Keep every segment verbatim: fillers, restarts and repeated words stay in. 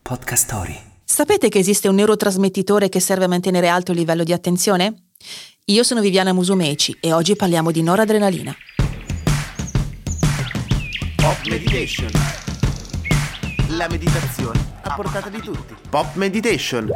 Podcast Story. Sapete che esiste un neurotrasmettitore che serve a mantenere alto il livello di attenzione? Io sono Viviana Musumeci e oggi parliamo di noradrenalina. Pop Meditation. La meditazione a portata di tutti. Pop Meditation.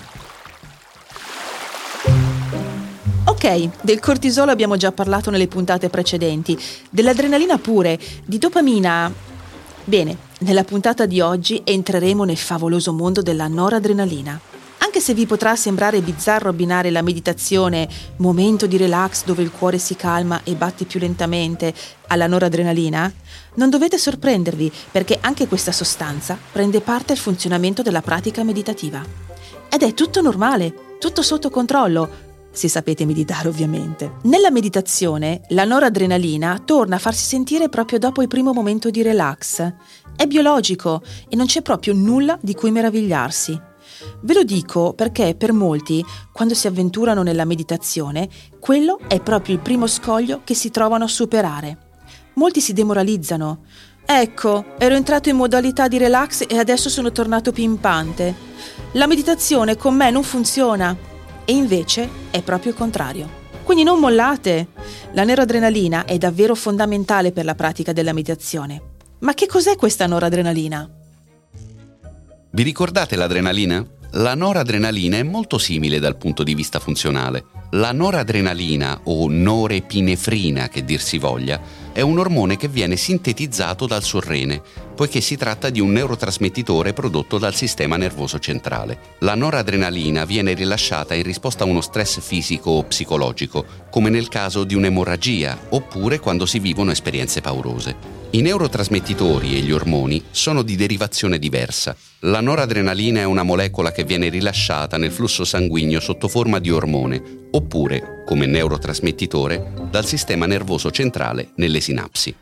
Ok, del cortisolo abbiamo già parlato nelle puntate precedenti, dell'adrenalina pure, di dopamina. Bene, nella puntata di oggi entreremo nel favoloso mondo della noradrenalina. Anche se vi potrà sembrare bizzarro abbinare la meditazione, momento di relax dove il cuore si calma e batte più lentamente, alla noradrenalina, non dovete sorprendervi perché anche questa sostanza prende parte al funzionamento della pratica meditativa. Ed è tutto normale, tutto sotto controllo, se sapete meditare ovviamente. Nella meditazione la noradrenalina torna a farsi sentire proprio dopo il primo momento di relax. È biologico e non c'è proprio nulla di cui meravigliarsi. Ve lo dico perché per molti, quando si avventurano nella meditazione, quello è proprio il primo scoglio che si trovano a superare. Molti si demoralizzano. Ecco, ero entrato in modalità di relax e adesso sono tornato pimpante. La meditazione con me non funziona. E invece è proprio il contrario. Quindi non mollate. La noradrenalina è davvero fondamentale per la pratica della meditazione. Ma che cos'è questa noradrenalina? Vi ricordate l'adrenalina? La noradrenalina è molto simile dal punto di vista funzionale. La noradrenalina, o norepinefrina che dir si voglia, è un ormone che viene sintetizzato dal surrene, poiché si tratta di un neurotrasmettitore prodotto dal sistema nervoso centrale. La noradrenalina viene rilasciata in risposta a uno stress fisico o psicologico, come nel caso di un'emorragia, oppure quando si vivono esperienze paurose. I neurotrasmettitori e gli ormoni sono di derivazione diversa. La noradrenalina è una molecola che viene rilasciata nel flusso sanguigno sotto forma di ormone, oppure, come neurotrasmettitore, dal sistema nervoso centrale nelle sinapsi.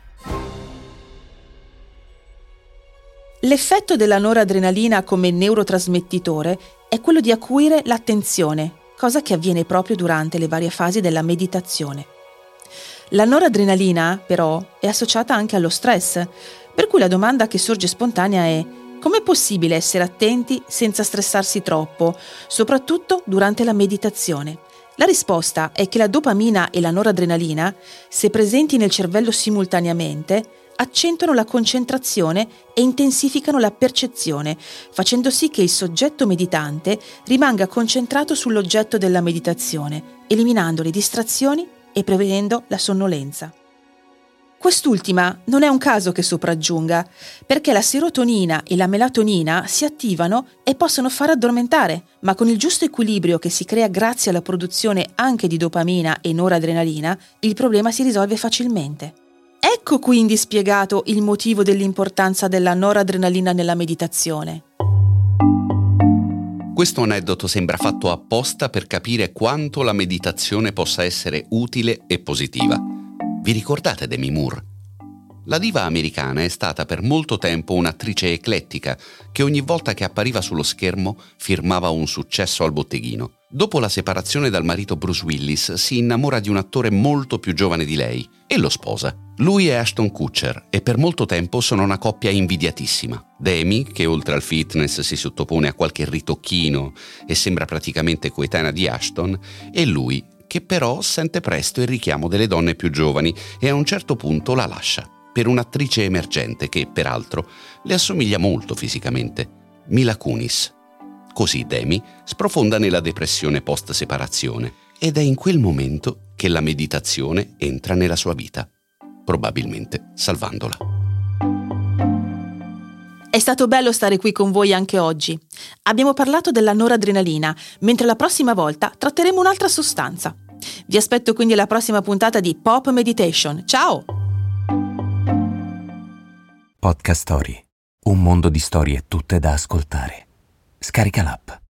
L'effetto della noradrenalina come neurotrasmettitore è quello di acuire l'attenzione, cosa che avviene proprio durante le varie fasi della meditazione. La noradrenalina, però, è associata anche allo stress, per cui la domanda che sorge spontanea è: com'è possibile essere attenti senza stressarsi troppo, soprattutto durante la meditazione? La risposta è che la dopamina e la noradrenalina, se presenti nel cervello simultaneamente, accentuano la concentrazione e intensificano la percezione, facendo sì che il soggetto meditante rimanga concentrato sull'oggetto della meditazione, eliminando le distrazioni e prevenendo la sonnolenza. Quest'ultima non è un caso che sopraggiunga, perché la serotonina e la melatonina si attivano e possono far addormentare, ma con il giusto equilibrio che si crea grazie alla produzione anche di dopamina e noradrenalina, il problema si risolve facilmente. Ecco quindi spiegato il motivo dell'importanza della noradrenalina nella meditazione. Questo aneddoto sembra fatto apposta per capire quanto la meditazione possa essere utile e positiva. Vi ricordate Demi Moore? La diva americana è stata per molto tempo un'attrice eclettica che ogni volta che appariva sullo schermo firmava un successo al botteghino. Dopo la separazione dal marito Bruce Willis si innamora di un attore molto più giovane di lei e lo sposa. Lui è Ashton Kutcher e per molto tempo sono una coppia invidiatissima. Demi, che oltre al fitness si sottopone a qualche ritocchino e sembra praticamente coetanea di Ashton, e lui, che però sente presto il richiamo delle donne più giovani e a un certo punto la lascia per un'attrice emergente che, peraltro, le assomiglia molto fisicamente, Mila Kunis. Così Demi sprofonda nella depressione post-separazione ed è in quel momento che la meditazione entra nella sua vita, probabilmente salvandola. È stato bello stare qui con voi anche oggi. Abbiamo parlato della noradrenalina, mentre la prossima volta tratteremo un'altra sostanza. Vi aspetto quindi alla prossima puntata di Pop Meditation. Ciao! Podcast Story. Un mondo di storie tutte da ascoltare. Scarica l'app.